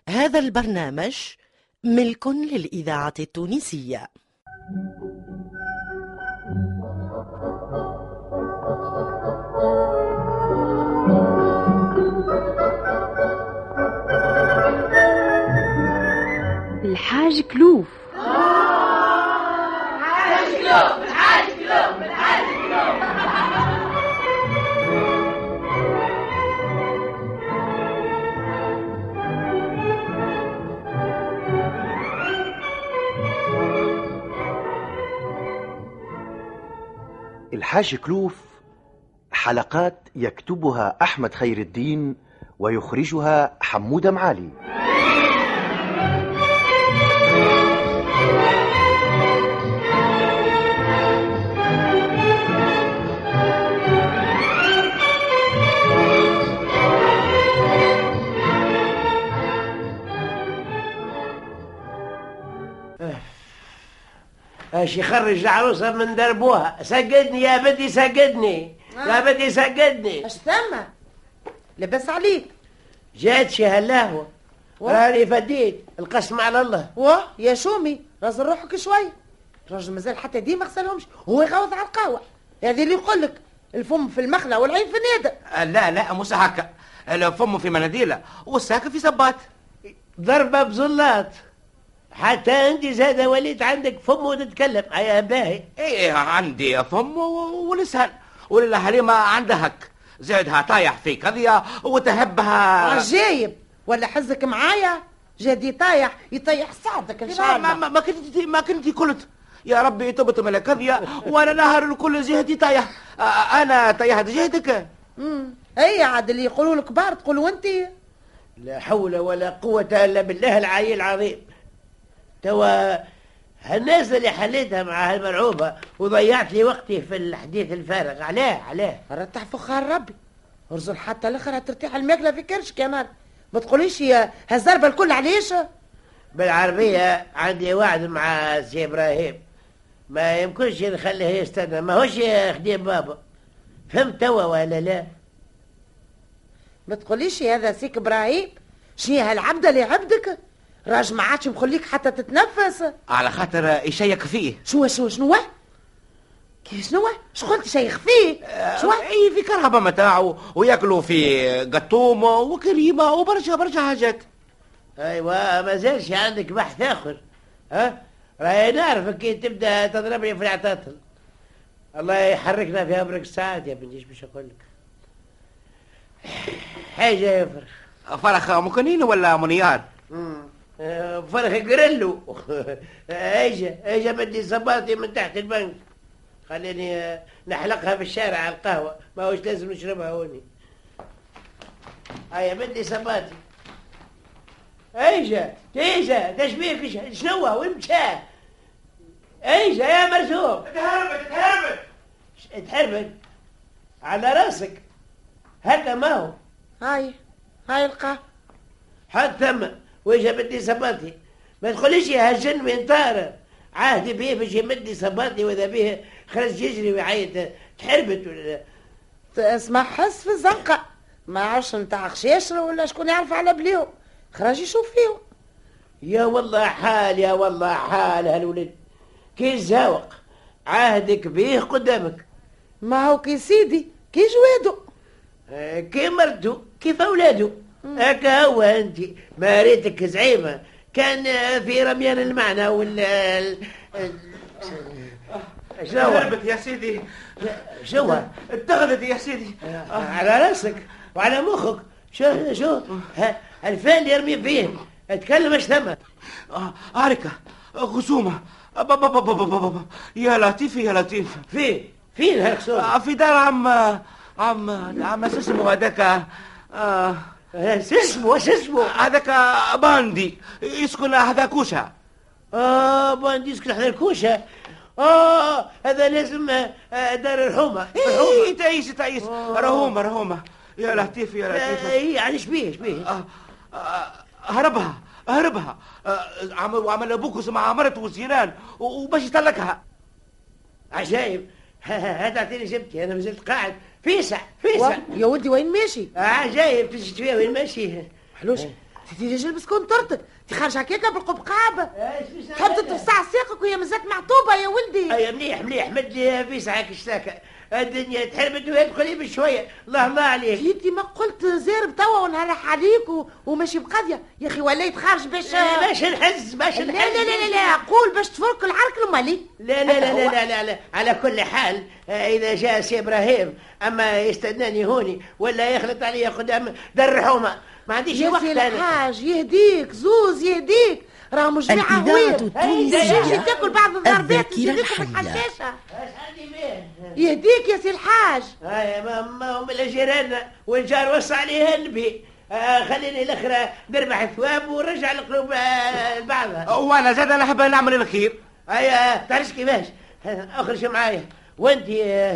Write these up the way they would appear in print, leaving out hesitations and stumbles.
هذا البرنامج ملك للإذاعة التونسية. الحاج كلوف. الحاج كلوف، حلقات يكتبها أحمد خير الدين ويخرجها حمود معالي. اش يخرج العروسه من دربوها. سجدني يا بدي، سجدني يا بدي، سجدني. اش ثم؟ لبس عليك. جاتش هاللهوه، راني فديت القسم على الله. واه يا شومي، رازل روحك شوي. الراجل مازال حتى دي ما غسلهمش، هو يغوض على القهوه. هذه اللي يقول لك الفم في المخله والعين في النادى. لا مش هكا، الفم في مناديله والساكن في سبات. ضربه بزلات. حتى انت زاد وليت عندك فم وتتكلم. يا باهي. ايه عندي فم ولسان، ولله حليمه عندها هك زادها طايح في قضيه وتهبها. عجايب، ولا حزك معايا جادي طايح يطيح صعدك ان شاء الله. ما كنتي قلت يا ربي تبت من القضيه وانا نهر الكل جهتي طايح. انا طيحت جهتك. اي عاد اللي يقولوا الكبار تقولوا انت. لا حول ولا قوه الا بالله العلي العظيم. توا هالناس اللي حليتها مع هالمرعوبه وضيعت لي وقتي في الحديث الفارغ. علاه رتح فخار ربي، ارزل حتى الاخر ترتاح الماكله في كرش كمان. ما تقوليش يا هالزربه الكل علاش. بالعربيه عندي وعد مع سي ابراهيم، ما يمكنش نخليه يستنى، ما هوش خديم بابا. فهمت توا ولا لا؟ ما تقوليش هذا سيك ابراهيم شنو هالعبده اللي عبدك راج ما عادش مخليك حتى تتنفس على خاطر يشيك فيه. شنو كيف شنو قلت شيخ فيه؟ اي في كرهبه متاعه وياكلوا في قطوم وكريمه وبرشا حاجات. ايوه ما زالش عندك بحث اخر؟ ها راهي نعرفك كي تبدا تضربني في العطاطل. الله يحركنا في امرك الساعات يا بنتي. ايش باش اقول لك؟ حاجه يفرخ. فرخ مكنين ولا منيار؟ فرخ قرلو. اجا بدي صباطي من تحت البنك، خليني نحلقها في الشارع على القهوه، ما هوش لازم نشربها هوني. هيا بدي صباطي. اجا تشبيك شنو وين مشى؟ اجا يا مرزوق. تهربت على راسك هكا. ما هو هاي القهوه حد ثم ويجا بدي صباطي. ما تقوليش يا هالجن من طار عهدي بيه باش يمدي صباطي واذا بيه خرج يجري ويعيط. تحربت ولا اسمع حس في الزنقه، ما عرفش نتاع خشاشر ولا شكون يعرف على بليهم، خرج يشوف فيهم. يا والله حال هالولد كي زاوق عهدك بيه قدامك. ما هو كي سيدي كي جوادو كي مرتو كيف اولاده. هكا هو انت ما ريتك زعيمه كان في رميان المعنى ولا شنو هربت يا سيدي؟ شو اتخذت يا سيدي على راسك وعلى مخك. شو الفال يرمي فيه. اتكلم اش ثم. عركه خصومه. يا لطيف فين هالخصومه؟ في دار عم اسمه هذاك. اسمه هذاك باندي يسكن حدا كوشه. باندي يسكن حدا الكوشه. هذا لازم دار الحومه. تعيس رهومه. يا لطيف يعني شبيه هربها وعمل بوكس مع مرته والجيران وباش يطلقها. عجايب. هذا اعطيني جبتي انا مازلت قاعد فيسع يا ولدي وين ماشي؟ جايب تجي فيها وين ماشي. حلوش تدير جلبس كونترتك تخرج هكاكا بالقبقاب. تحب تتفسع ساقك وهي مازالت معطوبه يا ولدي. اي مليح مليح مد لي في ساعك اشتاكه الدنيا تحرمت ويدخلي بشويه. الله عليك. انت ما قلت زارب توا ونهرح عليك وماشي بقضيه يا اخي وليت خارج باش نحز باش لا لا لا لا لا قول باش تفرك العرك المالي. لا لا لا لا لا لا على كل حال اذا جاء سي ابراهيم اما يستناني هوني ولا يخلط عليا قدام درحومه ما عنديش وقت. يا سي الحاج يهديك زوز يهديك راهم جماعه الإذاعة التونسية تاكل بعض الضربات الذاكرة في الحية. الحشاشه. يهديك يا سي الحاج. هاي ما هم الجيران والجار وصى عليه النبي. خليني الاخرى نربح الثواب ونرجع القلوب لبعضها. وانا زاد نحب نعمل الخير. هيا تعرفش كيفاش اخرج معايا وانت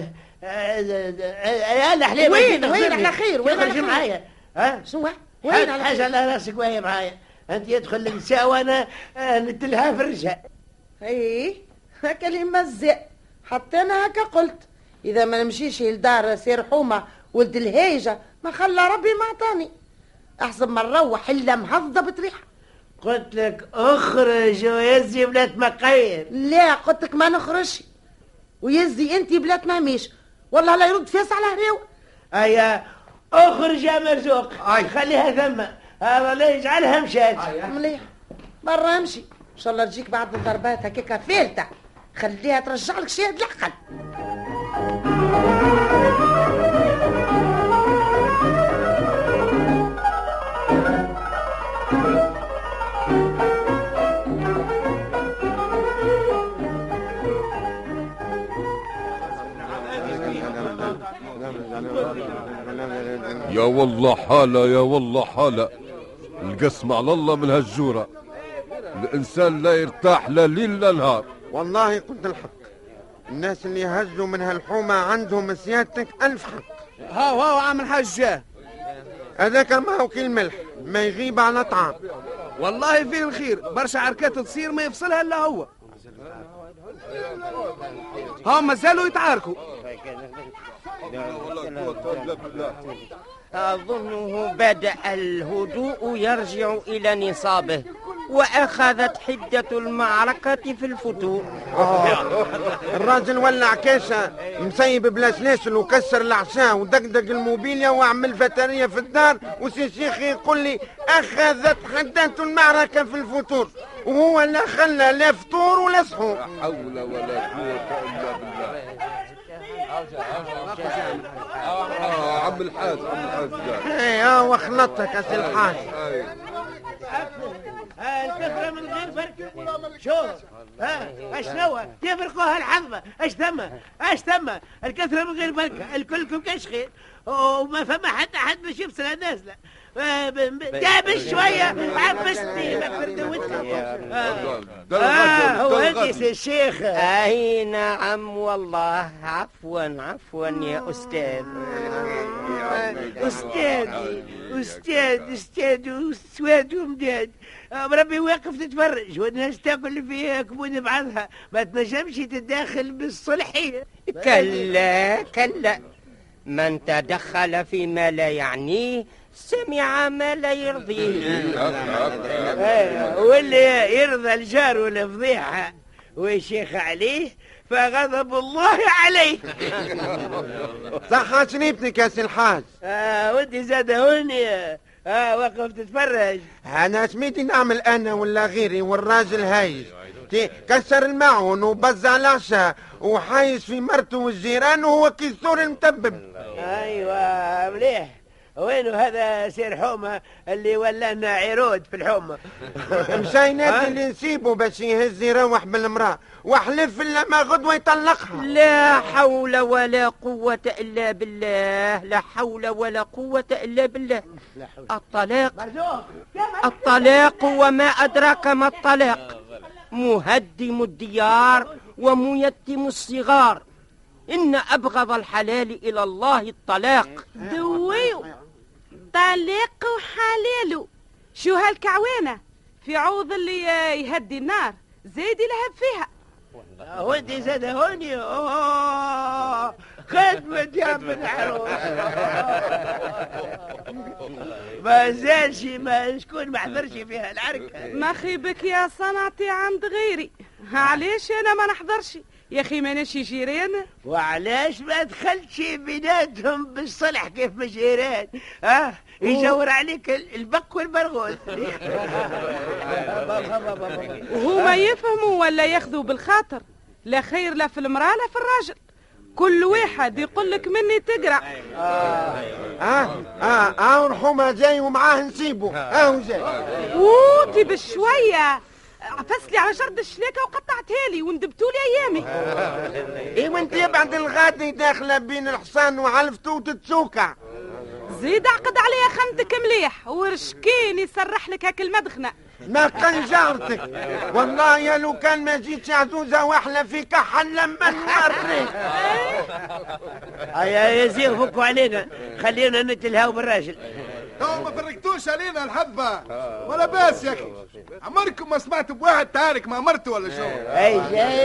يا الحليب وين على خير وين اخرج معايا. ها شنو وين على حاجه على راسك وهي معايا. انت يدخل النساء وانا نتلها في الرجال. ايه هكا اللي مزق حتى انا هكا قلت اذا ما نمشيش لدار سير حومه ولد الهيجه ما خلى ربي ما عطاني احسن ما نروح الا مهضه بطريحه. قلت لك اخرج ويزي بلاد مقير. لا قلت لك ما نخرجش ويزي انت بلاد مهميش والله لا يرد فاس على هريوه. ايا اخرج يا مرزوق. خليها ثم هذا لا يجعلها مشات. مليح برا امشي ان شاء الله تجيك بعض الضربات هكاكا فيلتة خليها ترجع لك شيء العقل. يا والله حالة يا والله حالة القسم على الله من هالجورة. الإنسان لا يرتاح لا ليل لا نهار. والله قلت الحق الناس اللي هزوا من هالحومة عندهم سيادتك ألف حق. هاو عامل حاج هذاك ما هو كل ملح ما يغيب على طعام. والله فيه الخير برشا عركات تصير ما يفصلها إلا هو. هم مازالوا يتعاركوا. أظنه بدأ الهدوء يرجع إلى نصابه وأخذت حدة المعركة في الفتور. الراجل ولع كاسة مسيب بلا سلاسل وكسر العشاء ودقدق الموبيليا وعمل فترية في الدار وسي شيخي يقول لي أخذت حدة المعركة في الفتور وهو لا خلى لا فطور ولا سحور. لا حول ولا قوة إلا بالله. عم الحاج ايه وخلطتك يا سي الحاج. الكثرة من غير بركة. شوف اشنو تفرقوا هالحظبة اش ثم الكثرة من غير بركة الكلكم كشخير وما فما حتى حد باش يفصل نازلة دابش شوية عبستني ما فردوتني. هو انت سي الشيخ. اي نعم والله عفوا يا استاذ. استاذ وسواد ومداد ربي واقف تتفرج والناس تاكل فيها كبون بعضها ما تنجمش تتداخل بالصلحية. كلا من تدخل فيما لا يعنيه سمع ما لا يرضيه. واللي يرضى الجار والفضيحة ويشيخ عليه فغضب الله عليه. صح شريبتك يا سي الحاج. ودي زاد هوني وقف تتفرج. انا سميتي نعمل انا ولا غيري والراجل هايش كسر المعون وبزع العشاء وحايش في مرته والجيران وهو كيسور المتبب. ايوه مليح. وينو هذا سير حومة اللي ولانا عيرود في الحومة؟ مشاينات اللي نسيبه باش يهز يروح بالمرأة واحلف الا ما غدوة يطلقها. لا حول ولا قوة الا بالله. لا حول ولا قوة الا بالله. الطلاق وما ادراك ما الطلاق مهدم الديار وميتم الصغار. إن أبغض الحلال إلى الله الطلاق. دويو طلاق وحلال شو هالكعوانة في عوض اللي يهدي النار زيد لهب فيها. ودي زاد هوني خدمت يا ابن العروس. ما زالش ما شكون ما حضرش فيها العركة. ما خيبك يا صنعتي عند غيري. علاش انا ما نحضرش يا اخي؟ ماناش جيران. وعلاش ما دخلتش بيناتهم بالصلح كيف ما جيران؟ يجور عليك البق والبرغوث. وهما يفهموا ولا ياخذوا بالخاطر؟ لا خير لا في المرأة لا في الراجل، كل واحد يقول لك مني تقرا. ورحومه جاي ومعاه نسيبه. هو جاي. ووتي بشويه عفسلي على شرد الشلاكه وقطعتها لي وندبتوا لي ايامي. ايه وانت بعد الغادي داخله بين الحصان وعلفته وتتسوكع. زيد عقد عليها خمتك مليح ورشكين يسرح لك هاك المدخنه. ما كان جارتك والله يا لو كان ما جيتش عزوزه واحله في كحل لما نوريك. يا زين فكوا علينا خلينا نتلهاو بالراجل. تو ما فرقتوش علينا الحبه ولا باس يا اخي. عمركم ما سمعتوا بواحد تارك ما مرته ولا شو؟ اي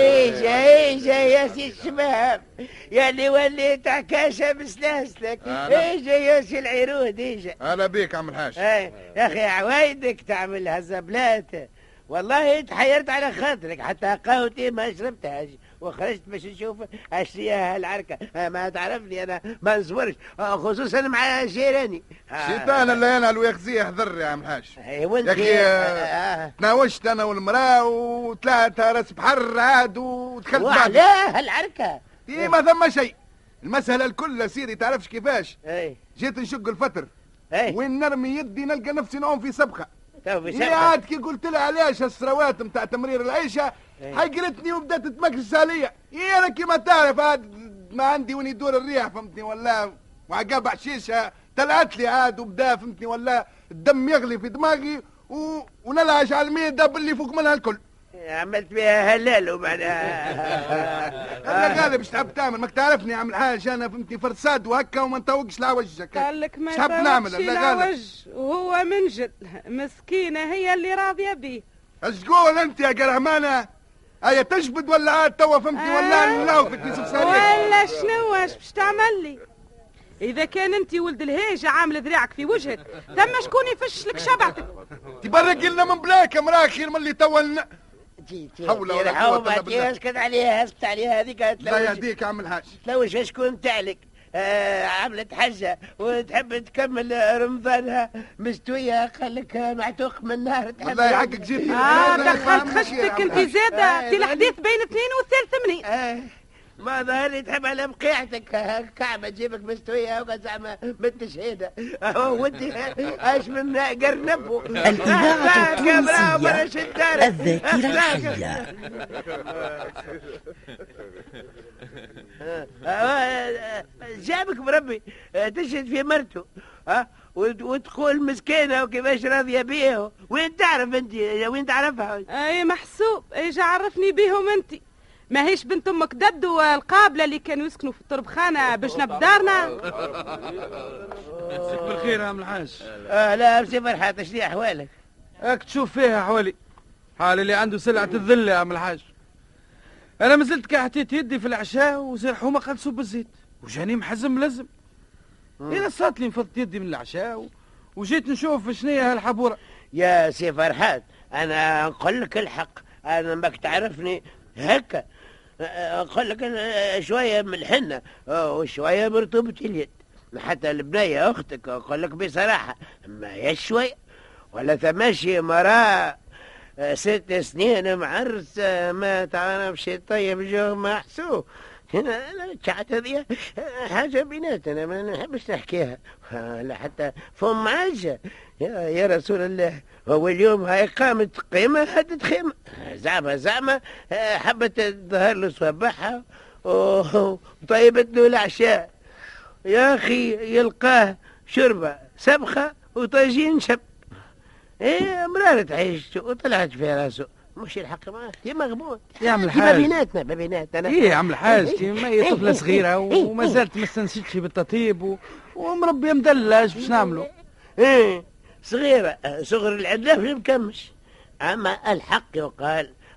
جاي يا سي الشباب يا اللي وليت عكاشه بسلاسلك. اي جاي يا سي العيرود اجا. اهلا بيك عم الحاج. يا اخي عوايدك تعمل هالزبلات والله تحيرت على خاطرك حتى قهوتي ما شربتهاش وخرجت باش نشوف اشريها العركه. ما تعرفني انا ما نصبرش خصوصا مع جيراني. شيطان اللي ينال ويخزيه يحذر يا عم الحاج. يا اخي تناوشت انا والمراه وطلعت راس بحر عاد ودخلت وعلاه العركه ما ثم شيء. المسألة الكل سيدي تعرفش كيفاش. جيت نشق الفتر وين نرمي يدي نلقى نفسي نعوم في سبخه. عاد كي قلت لها علاش هالسروات نتاع تمرير العيشه حقرتني وبدات تمكس عليا. انا كيما تعرف عاد ما عندي وين يدور الريح فهمتني ولا وعقاب حشيشه طلعت لي عاد وبدا فهمتني ولا الدم يغلي في دماغي ونلعش على الميده باللي فوق منها الكل. عملت بها هلال ومعناها. انا غالب ايش تحب تعمل؟ ماك تعرفني يا عم الحاج انا فهمتني فرساد وهكا وما نطوقش العوج. قال لك ما نطوقش العوج وهو منجد. مسكينه هي اللي راضيه بيه. اش تقول انت يا قرهمانه؟ هيا تجبد ولا عاد توا فهمتني ولا نلوفك في سفسارية ولا شنو اش باش تعمل لي؟ اذا كان انت ولد الهيجه عامل ذراعك في وجهك ثم شكون يفش لك شبعتك؟ تبرق لنا من بلاك مراه خير من اللي توا حول ولا قوه الا بالله. اسكت عليها اسكت عليها هذيك. لا يهديك يا عم الحاج. تلوش شكون تاعلك عملت حجه وتحب تكمل رمضانها مستويه قال لك معتوق من النار. والله حقك جيت دخلت خشتك انت زاده في الحديث بين اثنين والثالث منين. ما ظهر لي تحب على بقيعتك كعبه تجيبك مستويه وقد زعما بنت شهيده وانت ايش من قرنبو. الإذاعة التونسية الذاكرة الحية. جابك بربي تشهد في مرته وتقول مسكينه وكيفاش راضيه بيه. وين تعرف انت وين تعرفها؟ اي محسوب ايش عرفني بيهم انت؟ ما هيش بنت امك دد والقابله اللي كانوا يسكنوا في الطربخانه بجنا بدارنا. مسك بالخير يا عم الحاج. لا امسي فرحات شنو احوالك؟ راك تشوف فيها حوالي حال اللي عنده سلعه الذله يا عم الحاج. انا ما زلت كحتيت يدي في العشاء وزير حومه قال صب الزيت وجاني محزم ملزم. انا صات لي نفضت يدي من العشاء وجيت نشوف شنية هالحبوره. يا سي فرحات انا نقول لك الحق انا ماك تعرفني هكا. نقول لك شويه من الحنه وشويه مرطوبه اليد. حتى البنيه اختك نقول لك بصراحه ما هي شويه ولا ثماشي مراه 6 سنين معرس ما تعرفش طيب جو محسوب. هنا الشعت هذه حاجة بيناتنا ما نحبش نحكيها لا حتى فم عاجة يا رسول الله. هو اليوم هاي قامت قيمة هدت خيمة زعمة حبت تظهر له صباحها وطيبت له العشاء. يا أخي يلقاه شربة سبخة وطاجين شب. مرارة عيشته وطلعت في راسه مش الحق معاه يا مغبون يا عم الحاج. ما بيناتنا ايه يا عم الحاج ما هي طفله صغيره وما زالت ما استنسيتش بالتطيب ومربيه مدلج باش نعملوا. صغيره صغر العدلاف مكمش. اما الحق يقال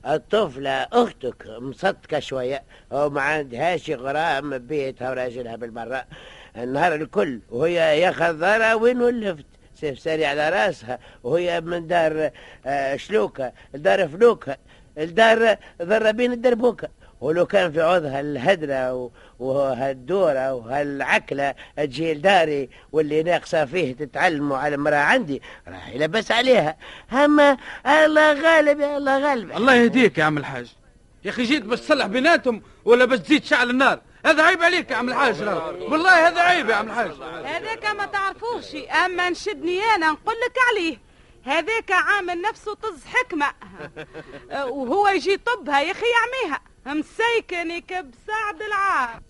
الطفلة أختك مصدقة شوية وما عندهاش غرام بيتها وراجلها بالمرة النهار الكل وهي يا خضرة وين ولفت سيف ساري على راسها وهي من دار شلوكة دار فلوكة الدار ضربين الدربوكة ولو كان في عوضها الهدرة وهالدورة وهالعكلة تجي لداري واللي ناقصة فيه تتعلموا على المرأة عندي راح يلبس عليها أما الله غالب يا الله غالب. الله يهديك يا عم الحاج يا أخي جيت باش تصلح بيناتهم ولا باش تزيد شعل النار هذا عيب عليك يا عم الحاج والله هذا عيب يا عم الحاج. هذاك ما تعرفوش أما نشدني أنا نقول لك عليه هذاك عامل نفسه طز حكمة وهو يجي طبها يا أخي يعميها مسيكن يكب سعد العار.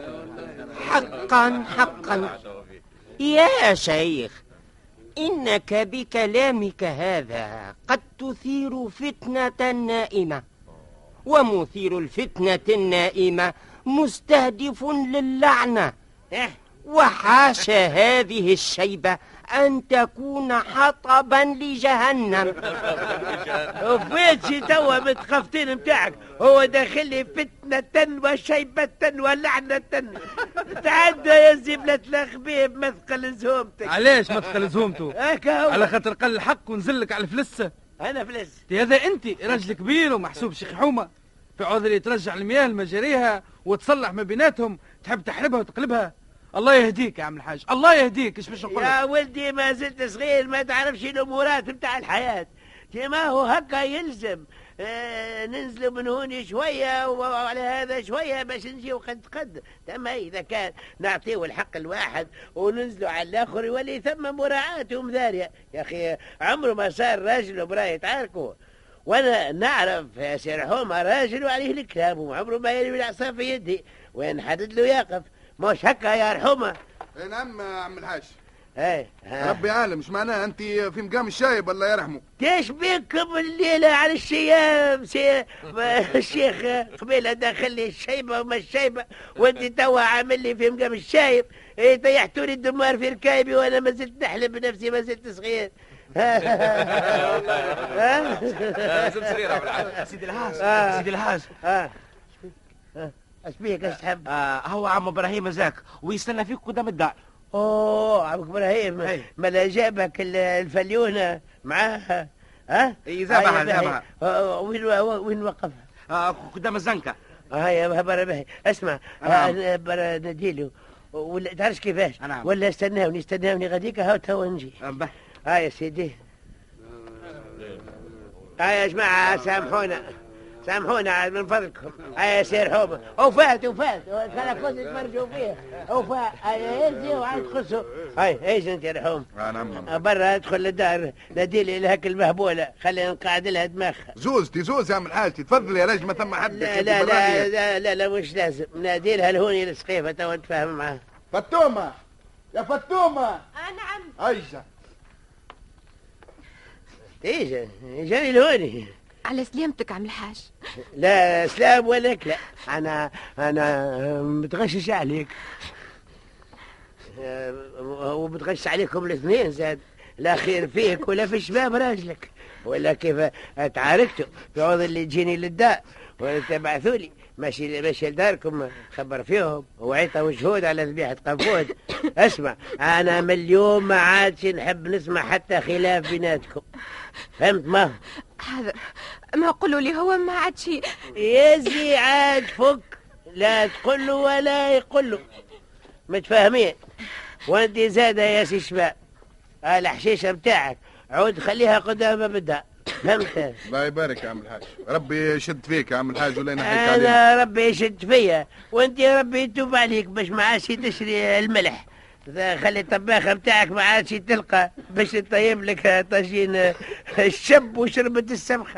حقا يا شيخ إنك بكلامك هذا قد تثير فتنة نائمة ومثير الفتنة النائمة مستهدف للعنة وحاشا هذه الشيبة أن تكون حطبا لجهنم. وفيتشي توا متخفتين متاعك هو داخل لي فتنة وشيبة ولعنة تعدى يا زبلة الخبيب مثقل زهومتك. علاش مثقل زهومته؟ على خاطر قل الحق ونزلك على الفلسة. أنا فلس هذا أنت راجل كبير ومحسوب شيخ حومة في عذر يترجع المياه لمجاريها وتصلح ما بيناتهم تحب تحربها وتقلبها. الله يهديك يا عم الحاج الله يهديك ايش باش نقول يا ولدي ما زلت صغير ما تعرفش الامورات نتاع الحياه كما هو هكا يلزم ننزلوا من هون شويه وعلى هذا شويه باش نجيو قد تما اذا كان نعطيو الحق الواحد وننزلوا على الاخر يولي ثم مراعاه ومذاريه. يا اخي عمره ما صار راجل ومراه يتعاركوا وانا نعرف يا سير حومه راجل وعليه الكلام وعمره ما يرمي العصا في يدي وين حدد له يقف مش هكا يا رحومة. نعم عم الحاج. ايه ربي عالم مش معناه انت في مقام الشايب الله يرحمه. كيش بيكم الليلة على الشياب الشيخ قبيلة داخل لي الشيبة وما الشيبة وانت توا عامل لي في مقام الشايب طيحتولي الدمار في ركايبي وانا ما زلت نحلم بنفسي ما زلت صغير. زلت صغير عم الحاج. سيدي الهاج اش بيك اش تحب؟ هو عم ابراهيم زاك ويستنى فيك قدام الدار. اوه عمك ابراهيم ما جابك الفليونه معاها زابها وين وقفها؟ قدام الزنكه. هيا برا اسمع برا نديله ولا تعرفش كيفاش ولا استناوني غاديك هاو توا نجي. يا سيدي يا جماعه سامحونا من فضلكم يا سير حومة وفات خلك كنت تمرجوا فيه وفات يزي وعاد تخصوا ايش انت يا حومة برا ادخل للدار ناديلي لهك المهبولة خلينا نقعد لها دماغها. زوز يا عم الحاج تفضل يا رجل ما ثم حد. لا مش لازم ناديلها الهوني السقيفة توا نتفاهم معاها. فتومة يا فتومة. نعم ايجا جاني الهوني. على سلامتك عم الحاج. لا سلام ولك لا انا متغشش عليك ومتغشش عليكم الاثنين زاد لا خير فيك ولا في شباب راجلك ولا كيف تعاركتوا في عوض اللي تجيني للدار ولا تبعثوا لي ماشي لداركم خبر فيهم وعيطوا جهود على ذبيحة قنفود. اسمع انا من اليوم ما عادش نحب نسمع حتى خلاف بيناتكم فهمت؟ ما هذا ما قولوا لي هو ما عادش يزي عاد فك لا تقول له ولا يقول له متفاهمين وانت زاده يا سي شباب الحشيشه بتاعك عود خليها قدام بدها فهمت؟ الله يبارك يا عم الحاج ربي يشد فيك يا عم الحاج ولا ينحيك عليك. انا ربي يشد فيا وانت ربي يتوب عليك باش ما عادش تشري الملح خلي الطباخه بتاعك ما عادش تلقى باش تطيب لك طاجين الشب وشربة السمخه.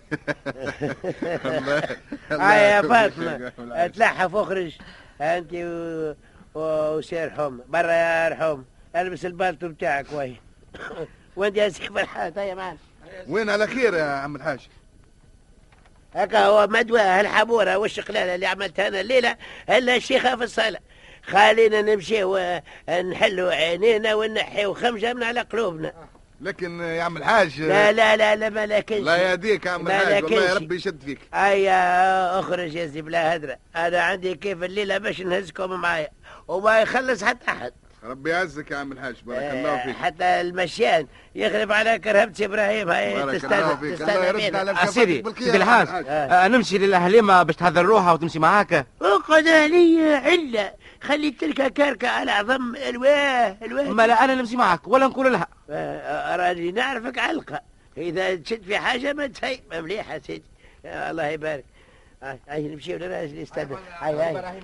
يا فاطمه تلحف واخرج انت وسير حومه برا يا رحوم البس البالطو بتاعك وين وانت يا سيف الحاج هيا معنا. وين على خير يا عم الحاج؟ هكا هو مدوى هالحبوره والشقلاله اللي عملتها انا الليله الا الشيخه في الصاله خلينا نمشي ونحلوا عينينا ونحيوا خمجه من على قلوبنا. لكن يا عم الحاج لا لا لا لا ما لكنش. لا يهديك يا عم الحاج، والله يا ربي يشد فيك. هيا اخرج يا زي بلا هدرة، انا عندي كيف الليله باش نهزكم معايا وما يخلص حتى احد. ربي يعزك يا عم الحاج، بارك الله فيك. حتى المشيان يخرب على كرهبة ابراهيم. هاي تستاذن سيدي الحاج. نمشي للهليمه باش تهذر روحها وتمشي معاك. اقعد علي عله، خلي تلك كاركه على عظم الواه. ما لا انا نمشي معك ولا نقول لها. راني نعرفك علقه، اذا تشد في حاجه ما تهي مليحه سيدي. الله يبارك. هاي نمشي للراجل يستنى. هاي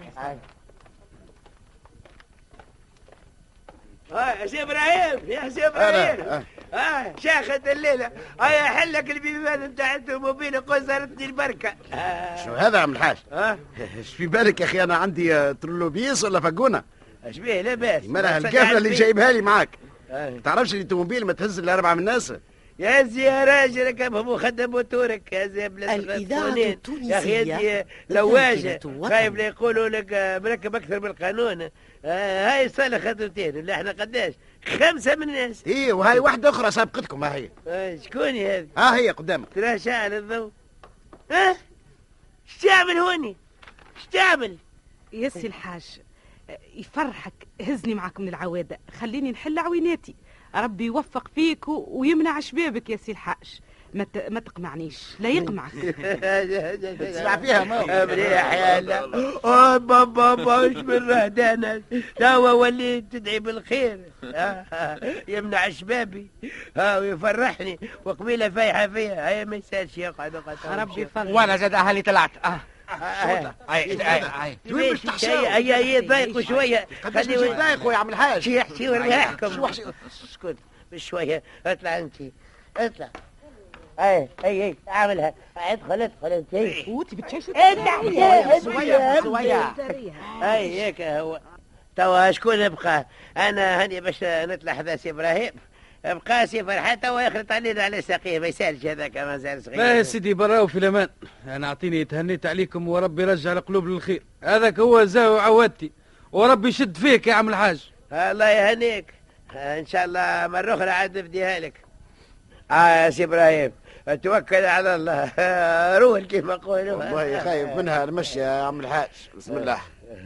يا سي ابراهيم، يا سي ابراهيم. شاخت الليله. هيا حلك البيبان نتاع الطوموبيل قصرتني البركه. شو هذا يا عم الحاج؟ ايش في بالك يا اخي؟ انا عندي ترولوبيس ولا فقونه؟ اش بيه؟ لاباس. مالها القافله اللي جايبها لي معاك؟ تعرفش اللي الطوموبيل ما تهز الا 4 من الناس. يا زي يا راجل ركبهم وخدم موتورك يا زي بلاش. الإذاعة التونسية يا اخي لواجه خايف لا يقولوا لك مركب اكثر من القانون. هاي صالح خطوتين اللي احنا قداش 5 من الناس. ايه وهاي واحدة أخرى سابقتكم. ها هي. شكون هذه؟ هي قدامك. ترى شاعل الضوء. اش تعمل هوني؟ اش تعمل؟ يا سي الحاج يفرحك هزني معك من العوادة، خليني نحل عويناتي. ربي يوفق فيك ويمنع شبابك يا سي الحاج. ما تقمعنيش، لا يقمعك. تسمع فيها ما مليح يا لا. بابا ايش من رهدانة توا وليت تدعي بالخير. يمنع شبابي ويفرحني وقبيله فايحه فيها. هيا ما يسالش يقعد. ربي يفرح. وانا زاد اهلي طلعت. هيا ضايقوا شويه. خليه يضايقوا يا عم الحاج. شي يحكي وريحكم. اسكت بشويه. اطلع انت اطلع. اي اعملها. ادخل انت. وانت بتشيش سوية. هيك هو. توا شكون يبقى؟ انا هاني باش نطلع حدا سي ابراهيم. بقى سي فرحان توا يخلط علينا على ساقيه. ما يسالش هذاك ما زال صغير. لا يا سيدي براو في الامان. انا اعطيني تهنيت عليكم وربي يرجع القلوب للخير. هذاك هو زاو عوادتي وربي يشد فيك يا عم الحاج. الله يهنيك. ان شاء الله مرة اخرى عاد نفديها لك. يا سي ابراهيم توكل على الله. روح كيف يقولوا. والله خايف منها المشي يا عم الحاج. بسم الله.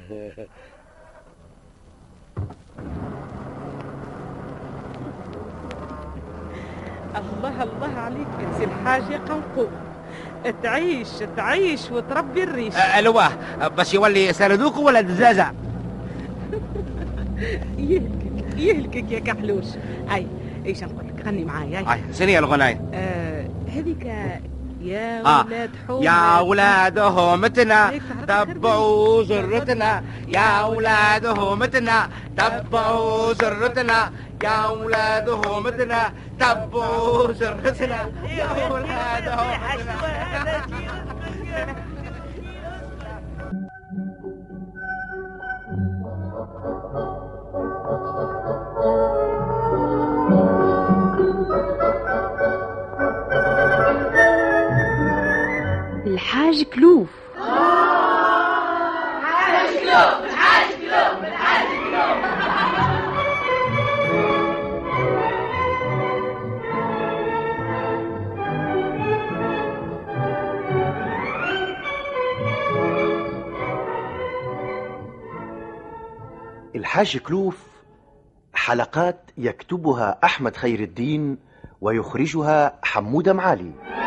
الله عليك يا سي الحاج يا قنقو. تعيش وتربي الريش. الواه باش يولي سردوك ولا دزازة. يهلكك يا كحلوش. ايش نقول لك؟ غني معايا. شنو هي الغناية؟ هذيك يا ولاد حومة. يا ولاد همتنا تبعوا زرتنا. يا ولاد همتنا تبعوا زرتنا. يا ولاد همتنا تبعوا زرتنا. يا ولاد همتنا. الحاج كلوف. الحاج كلوف حلقات يكتبها أحمد خير الدين ويخرجها حمودة معالي.